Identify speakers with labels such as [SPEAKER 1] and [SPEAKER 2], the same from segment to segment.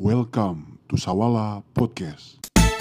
[SPEAKER 1] Welcome to Sawala Podcast.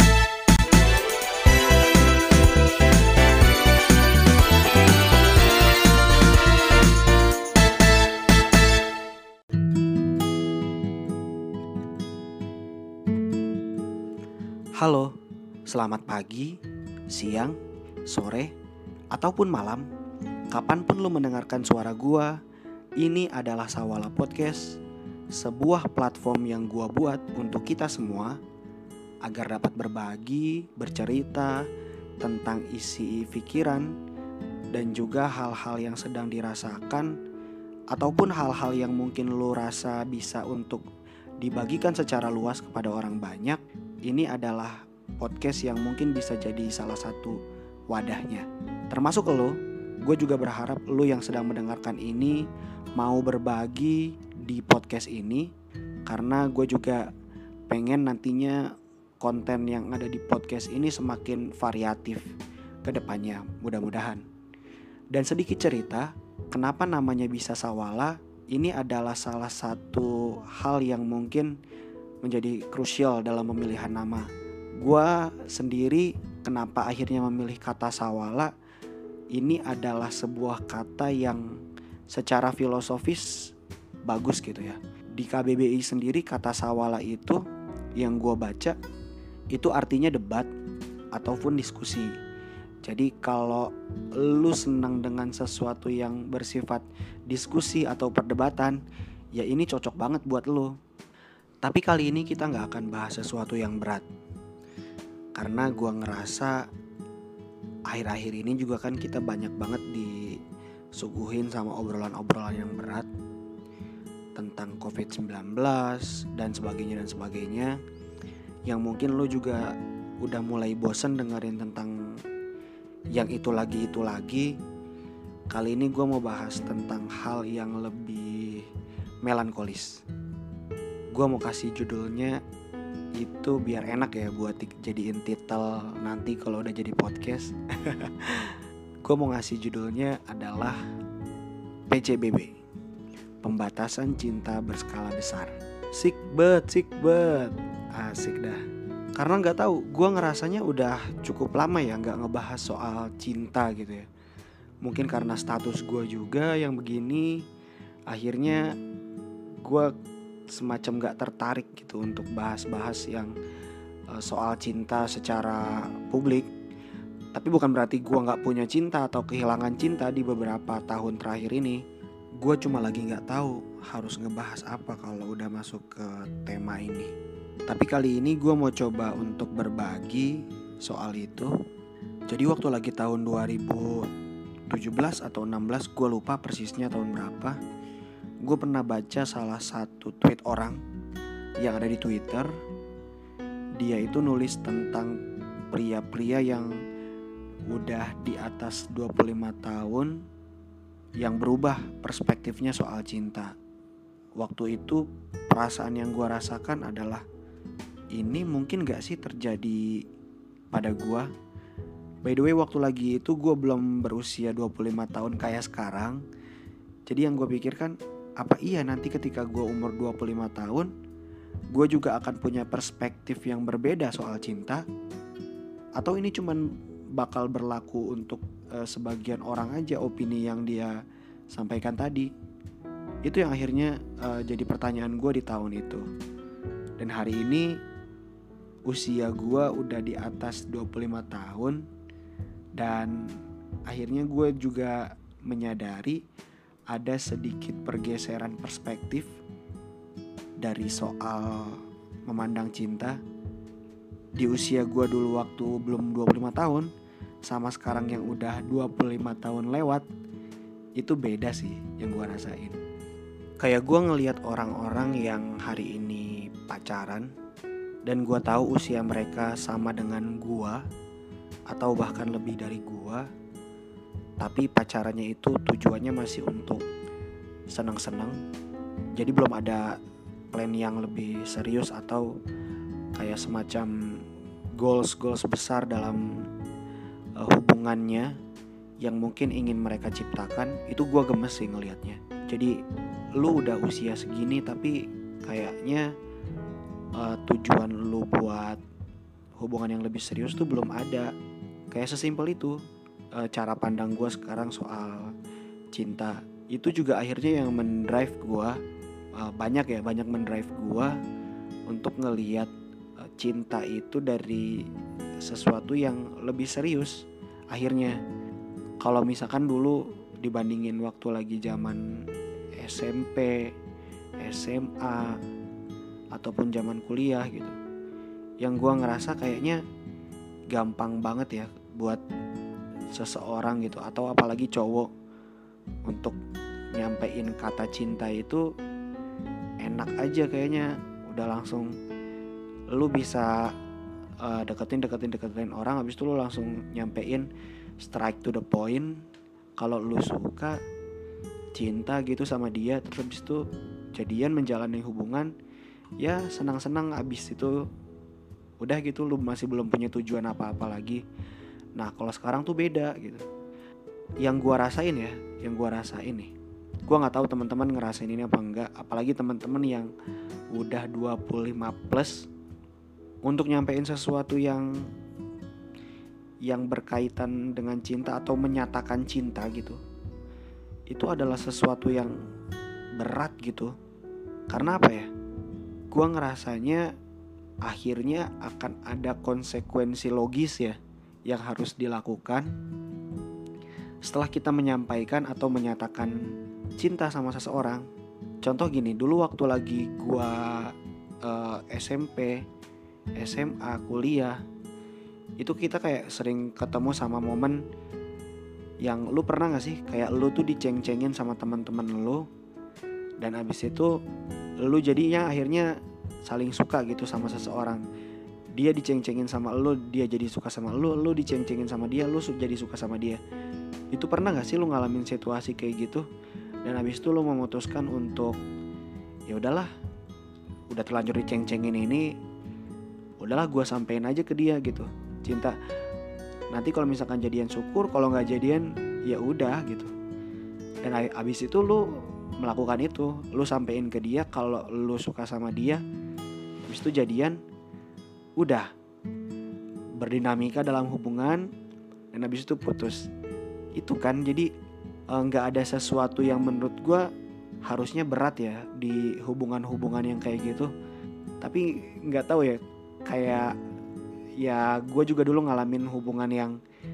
[SPEAKER 2] Halo, selamat pagi, siang, sore, ataupun malam. Kapanpun lu mendengarkan suara gua, ini adalah Sawala Podcast, sebuah platform yang gua buat untuk kita semua agar dapat berbagi, bercerita tentang isi pikiran dan juga hal-hal yang sedang dirasakan ataupun hal-hal yang mungkin lu rasa bisa untuk dibagikan secara luas kepada orang banyak. Ini adalah podcast yang mungkin bisa jadi salah satu wadahnya. Termasuk lo, gue juga berharap lo yang sedang mendengarkan ini mau berbagi di podcast ini. Karena gue juga pengen nantinya konten yang ada di podcast ini semakin variatif ke depannya, mudah-mudahan. Dan sedikit cerita, kenapa namanya bisa Sawala, ini adalah salah satu hal yang mungkin menjadi krusial dalam pemilihan nama. Gua sendiri kenapa akhirnya memilih kata Sawala, ini adalah sebuah kata yang secara filosofis bagus gitu ya. Di KBBI sendiri kata Sawala itu yang gua baca itu artinya debat ataupun diskusi. Jadi kalau lu senang dengan sesuatu yang bersifat diskusi atau perdebatan, ya ini cocok banget buat lu. Tapi kali ini kita gak akan bahas sesuatu yang berat. Karena gue ngerasa akhir-akhir ini juga kan kita banyak banget disuguhin sama obrolan-obrolan yang berat tentang COVID-19 dan sebagainya. Yang mungkin lo juga udah mulai bosen dengerin tentang yang itu lagi. Kali ini gue mau bahas tentang hal yang lebih melankolis. Gue mau kasih judulnya itu biar enak ya buat dijadiin titel nanti kalau udah jadi podcast. Gue mau ngasih judulnya adalah PCBB, Pembatasan Cinta Berskala Besar. Sik bet, asik dah. Karena nggak tahu, gue ngerasanya udah cukup lama ya nggak ngebahas soal cinta gitu ya. Mungkin karena status gue juga yang begini, akhirnya gue semacam gak tertarik gitu untuk bahas-bahas yang soal cinta secara publik. Tapi bukan berarti gue gak punya cinta atau kehilangan cinta di beberapa tahun terakhir ini. Gue cuma lagi gak tahu harus ngebahas apa kalau udah masuk ke tema ini. Tapi kali ini gue mau coba untuk berbagi soal itu. Jadi waktu lagi tahun 2017 atau 16, gue lupa persisnya tahun berapa, gue pernah baca salah satu tweet orang yang ada di Twitter. Dia itu nulis tentang pria-pria yang udah di atas 25 tahun yang berubah perspektifnya soal cinta. Waktu itu perasaan yang gue rasakan adalah, ini mungkin gak sih terjadi pada gue? By the way, waktu lagi itu gue belum berusia 25 tahun kayak sekarang. Jadi yang gue pikirkan, apa iya nanti ketika gue umur 25 tahun gue juga akan punya perspektif yang berbeda soal cinta? Atau ini cuman bakal berlaku untuk sebagian orang aja opini yang dia sampaikan tadi? Itu yang akhirnya jadi pertanyaan gue di tahun itu. Dan hari ini usia gue udah di atas 25 tahun. Dan akhirnya gue juga menyadari ada sedikit pergeseran perspektif dari soal memandang cinta. Di usia gue dulu waktu belum 25 tahun sama sekarang yang udah 25 tahun lewat, itu beda sih yang gue rasain. Kayak gue ngelihat orang-orang yang hari ini pacaran dan gue tahu usia mereka sama dengan gue atau bahkan lebih dari gue, tapi pacarannya itu tujuannya masih untuk senang-senang. Jadi belum ada plan yang lebih serius atau kayak semacam goals besar dalam hubungannya yang mungkin ingin mereka ciptakan. Itu gue gemes sih ngelihatnya. Jadi lu udah usia segini tapi kayaknya tujuan lu buat hubungan yang lebih serius tuh belum ada. Kayak sesimpel itu cara pandang gue sekarang soal cinta. Itu juga akhirnya yang mendrive gue, banyak mendrive gue untuk ngelihat cinta itu dari sesuatu yang lebih serius. Akhirnya kalau misalkan dulu dibandingin waktu lagi zaman SMP, SMA, ataupun zaman kuliah gitu, yang gue ngerasa kayaknya gampang banget ya buat seseorang gitu, atau apalagi cowok, untuk nyampein kata cinta itu enak aja kayaknya. Udah langsung lu bisa deketin orang, habis itu lu langsung nyampein straight to the point kalau lu suka, cinta gitu sama dia. Terus habis itu jadian, menjalani hubungan, ya senang-senang, abis itu udah gitu, lu masih belum punya tujuan apa-apa lagi. Nah kalau sekarang tuh beda gitu. Yang gua rasain nih, gua nggak tahu teman-teman ngerasain ini apa enggak, apalagi teman-teman yang udah 25 plus, untuk nyampein sesuatu yang berkaitan dengan cinta atau menyatakan cinta gitu, itu adalah sesuatu yang berat gitu. Karena apa ya, gua ngerasanya akhirnya akan ada konsekuensi logis ya yang harus dilakukan setelah kita menyampaikan atau menyatakan cinta sama seseorang. Contoh gini, dulu waktu lagi gua SMP, SMA, kuliah, itu kita kayak sering ketemu sama momen yang lu pernah gak sih kayak lu tuh diceng-cengin sama teman-teman lu, dan abis itu lu jadinya akhirnya saling suka gitu sama seseorang. Dia diceng-cengin sama lu, dia jadi suka sama lu diceng-cengin sama dia, lu jadi suka sama dia. Itu pernah gak sih lu ngalamin situasi kayak gitu? Dan abis itu lu memutuskan untuk ya udahlah, udah terlanjur diceng-cengin ini, udahlah gue sampein aja ke dia gitu cinta. Nanti kalau misalkan jadian syukur, kalau nggak jadian ya udah gitu. Dan abis itu lu melakukan itu, lu sampein ke dia kalau lu suka sama dia. Abis itu jadian, udah berdinamika dalam hubungan, dan abis itu putus. Itu kan jadi nggak ada sesuatu yang menurut gue harusnya berat ya di hubungan-hubungan yang kayak gitu. Tapi nggak tahu ya, kayak ya gue juga dulu ngalamin hubungan yang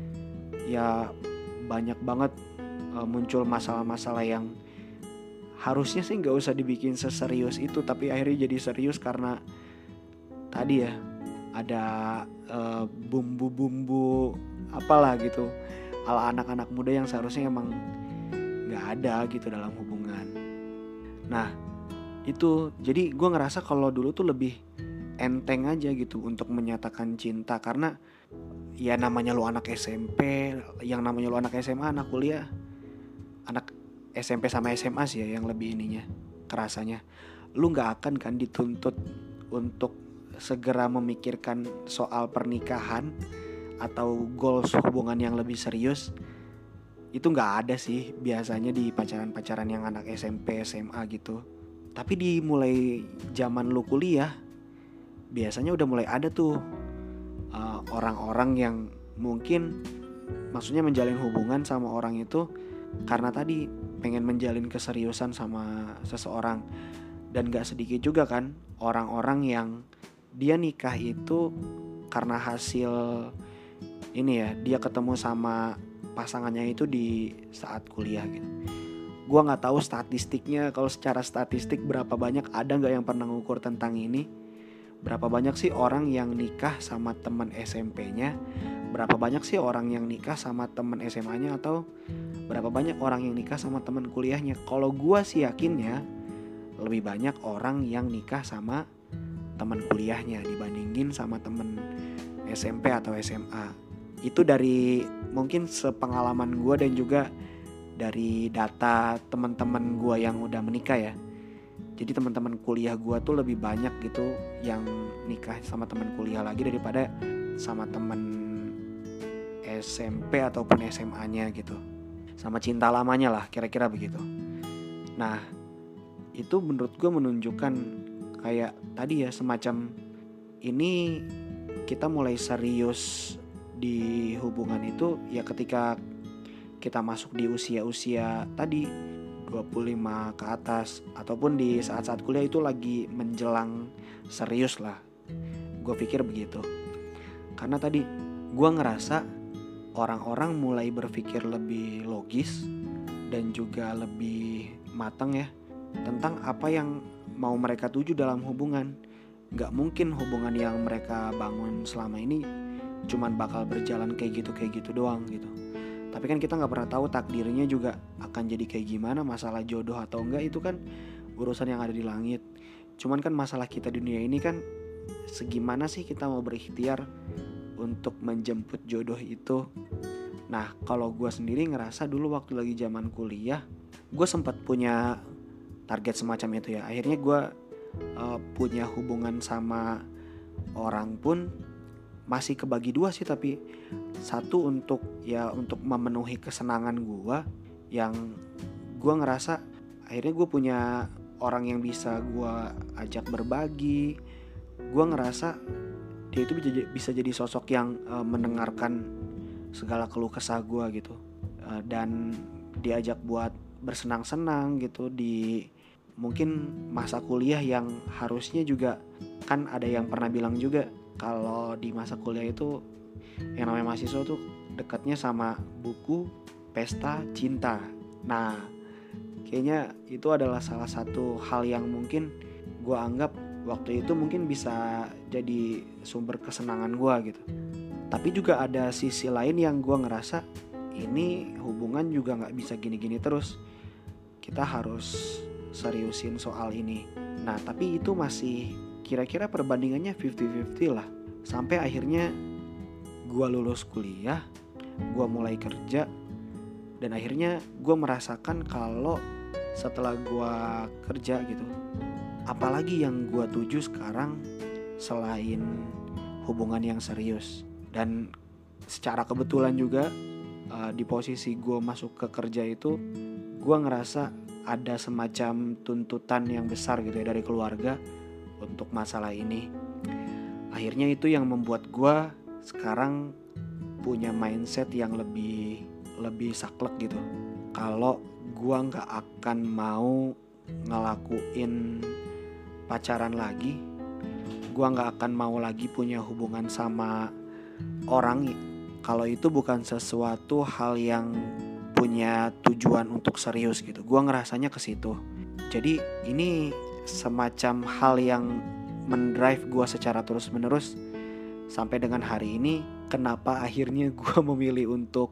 [SPEAKER 2] ya banyak banget muncul masalah-masalah yang harusnya sih nggak usah dibikin seserius itu, tapi akhirnya jadi serius karena tadi ya ada bumbu-bumbu apalah gitu ala anak-anak muda yang seharusnya emang nggak ada gitu dalam hubungan. Nah itu jadi gue ngerasa kalau dulu tuh lebih enteng aja gitu untuk menyatakan cinta, karena ya namanya lu anak SMP, yang namanya lu anak SMA, anak kuliah, anak SMP sama SMA sih ya yang lebih ininya kerasanya, lu nggak akan kan dituntut untuk segera memikirkan soal pernikahan atau goals hubungan yang lebih serius. Itu nggak ada sih biasanya di pacaran-pacaran yang anak SMP SMA gitu. Tapi di mulai zaman lu kuliah biasanya udah mulai ada tuh orang-orang yang mungkin maksudnya menjalin hubungan sama orang itu karena tadi pengen menjalin keseriusan sama seseorang. Dan gak sedikit juga kan orang-orang yang dia nikah itu karena hasil ini ya, dia ketemu sama pasangannya itu di saat kuliah gitu. Gua gak tahu statistiknya, kalau secara statistik berapa banyak, ada gak yang pernah ngukur tentang ini. Berapa banyak sih orang yang nikah sama teman SMP-nya, berapa banyak sih orang yang nikah sama teman SMA-nya, atau berapa banyak orang yang nikah sama teman kuliahnya. Kalau gue sih yakinnya lebih banyak orang yang nikah sama teman kuliahnya dibandingin sama teman SMP atau SMA. Itu dari mungkin sepengalaman gue dan juga dari data teman-teman gue yang udah menikah ya. Jadi teman-teman kuliah gue tuh lebih banyak gitu yang nikah sama teman kuliah lagi daripada sama teman SMP ataupun SMA-nya gitu. Sama cinta lamanya lah, kira-kira begitu. Nah, itu menurut gue menunjukkan kayak tadi ya, semacam ini kita mulai serius di hubungan itu ya ketika kita masuk di usia-usia tadi 25 ke atas, ataupun di saat-saat kuliah itu lagi menjelang serius lah. Gue pikir begitu. Karena tadi gue ngerasa orang-orang mulai berpikir lebih logis dan juga lebih matang ya tentang apa yang mau mereka tuju dalam hubungan. Gak mungkin hubungan yang mereka bangun selama ini cuman bakal berjalan kayak gitu doang gitu. Tapi kan kita gak pernah tahu takdirnya juga akan jadi kayak gimana. Masalah jodoh atau enggak itu kan urusan yang ada di langit. Cuman kan masalah kita di dunia ini kan segimana sih kita mau berikhtiar untuk menjemput jodoh itu. Nah kalau gue sendiri ngerasa dulu waktu lagi zaman kuliah, gue sempat punya target semacam itu ya. Akhirnya gue punya hubungan sama orang pun masih kebagi dua sih, tapi satu untuk memenuhi kesenangan gue, yang gue ngerasa akhirnya gue punya orang yang bisa gue ajak berbagi. Gue ngerasa dia itu bisa jadi sosok yang mendengarkan segala keluh kesah gue gitu, dan diajak buat bersenang-senang gitu di mungkin masa kuliah yang harusnya juga kan ada yang pernah bilang juga kalau di masa kuliah itu yang namanya mahasiswa tuh dekatnya sama buku, pesta, cinta. Nah kayaknya itu adalah salah satu hal yang mungkin gue anggap waktu itu mungkin bisa jadi sumber kesenangan gue gitu. Tapi juga ada sisi lain yang gue ngerasa ini hubungan juga gak bisa gini-gini terus. Kita harus seriusin soal ini. Nah tapi itu masih kira-kira perbandingannya 50-50 lah. Sampai akhirnya gue lulus kuliah, gue mulai kerja, dan akhirnya gue merasakan kalau setelah gue kerja gitu, apalagi yang gue tuju sekarang selain hubungan yang serius. Dan secara kebetulan juga di posisi gue masuk ke kerja itu, gue ngerasa ada semacam tuntutan yang besar gitu ya dari keluarga untuk masalah ini. Akhirnya itu yang membuat gue sekarang punya mindset yang lebih saklek gitu. Kalau gue gak akan mau ngelakuin pacaran lagi, gue gak akan mau lagi punya hubungan sama orang kalau itu bukan sesuatu hal yang punya tujuan untuk serius gitu. Gue ngerasanya ke situ. Jadi ini semacam hal yang mendrive gue secara terus menerus sampai dengan hari ini. Kenapa akhirnya gue memilih untuk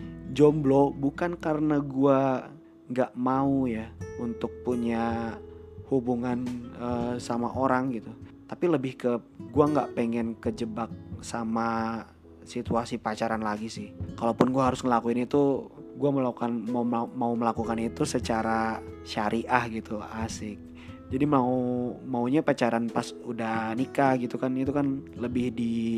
[SPEAKER 2] jomblo, bukan karena gue gak mau ya untuk punya hubungan sama orang gitu, tapi lebih ke gue gak pengen kejebak sama situasi pacaran lagi sih. Kalaupun gue harus ngelakuin itu, gue mau melakukan itu secara syariah gitu, asik. Jadi maunya pacaran pas udah nikah gitu kan, itu kan lebih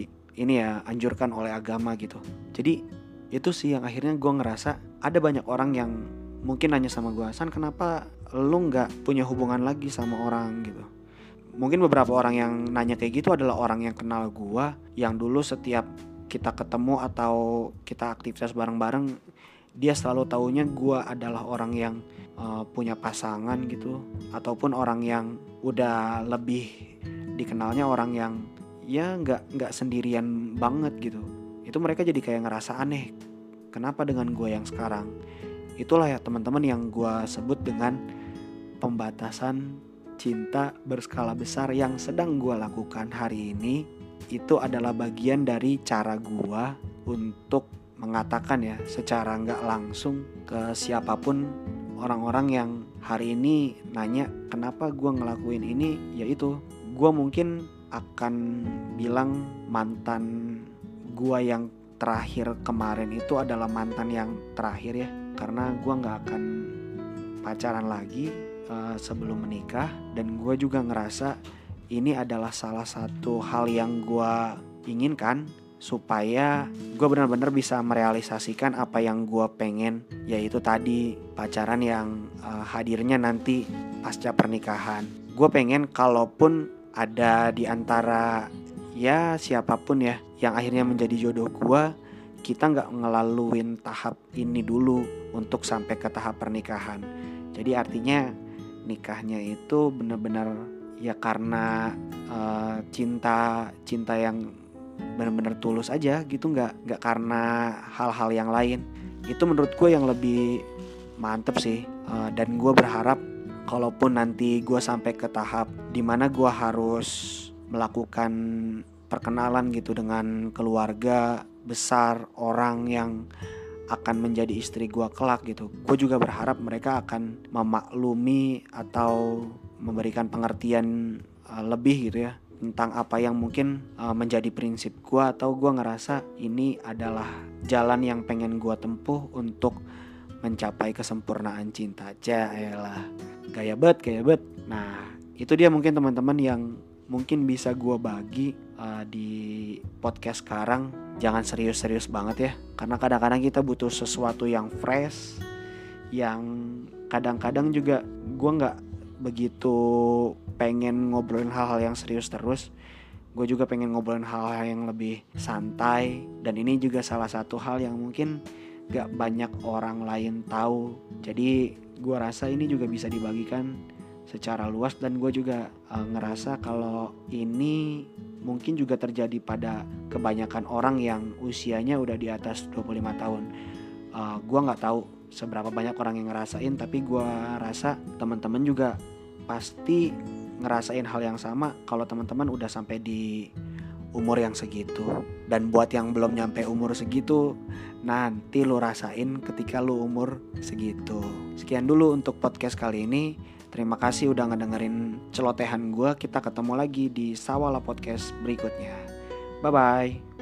[SPEAKER 2] anjurkan oleh agama gitu. Jadi itu sih yang akhirnya gue ngerasa ada banyak orang yang mungkin nanya sama gue, San kenapa lu gak punya hubungan lagi sama orang gitu. Mungkin beberapa orang yang nanya kayak gitu adalah orang yang kenal gue, yang dulu setiap kita ketemu atau kita aktivitas bareng-bareng, dia selalu taunya gue adalah orang yang punya pasangan gitu, ataupun orang yang udah lebih dikenalnya orang yang ya nggak sendirian banget gitu. Itu mereka jadi kayak ngerasa aneh, kenapa dengan gue yang sekarang. Itulah ya teman-teman yang gue sebut dengan pembatasan cinta berskala besar yang sedang gue lakukan hari ini. Itu adalah bagian dari cara gue untuk mengatakan ya secara gak langsung ke siapapun orang-orang yang hari ini nanya kenapa gue ngelakuin ini. Yaitu gue mungkin akan bilang mantan gue yang terakhir kemarin itu adalah mantan yang terakhir ya, karena gue gak akan pacaran lagi sebelum menikah. Dan gue juga ngerasa ini adalah salah satu hal yang gue inginkan, supaya gue benar-benar bisa merealisasikan apa yang gue pengen, yaitu tadi pacaran yang hadirnya nanti pasca pernikahan. gue pengen kalaupun ada di antara ya siapapun ya yang akhirnya menjadi jodoh gue, kita gak ngelaluin tahap ini dulu untuk sampai ke tahap pernikahan. Jadi artinya nikahnya itu benar-benar ya karena cinta yang benar-benar tulus aja gitu, nggak karena hal-hal yang lain. Itu menurut gue yang lebih mantep sih. Dan gue berharap kalaupun nanti gue sampai ke tahap dimana gue harus melakukan perkenalan gitu dengan keluarga besar orang yang akan menjadi istri gue kelak gitu, gue juga berharap mereka akan memaklumi atau memberikan pengertian lebih gitu ya tentang apa yang mungkin menjadi prinsip gue, atau gue ngerasa ini adalah jalan yang pengen gue tempuh untuk mencapai kesempurnaan cinta. Jaelah, gaya bet. Nah itu dia mungkin teman-teman yang mungkin bisa gue bagi di podcast sekarang. Jangan serius-serius banget ya, karena kadang-kadang kita butuh sesuatu yang fresh, yang kadang-kadang juga gue gak begitu pengen ngobrolin hal-hal yang serius terus. Gue juga pengen ngobrolin hal-hal yang lebih santai, dan ini juga salah satu hal yang mungkin gak banyak orang lain tahu. Jadi gue rasa ini juga bisa dibagikan secara luas, dan gue juga ngerasa kalau ini mungkin juga terjadi pada kebanyakan orang yang usianya udah di atas 25 tahun. Gue gak tahu seberapa banyak orang yang ngerasain, tapi gue rasa teman-teman juga pasti ngerasain hal yang sama kalau teman-teman udah sampai di umur yang segitu. Dan buat yang belum nyampe umur segitu, nanti lo rasain ketika lo umur segitu. Sekian dulu untuk podcast kali ini. Terima kasih udah ngedengerin celotehan gue. Kita ketemu lagi di Sawala Podcast berikutnya. Bye-bye.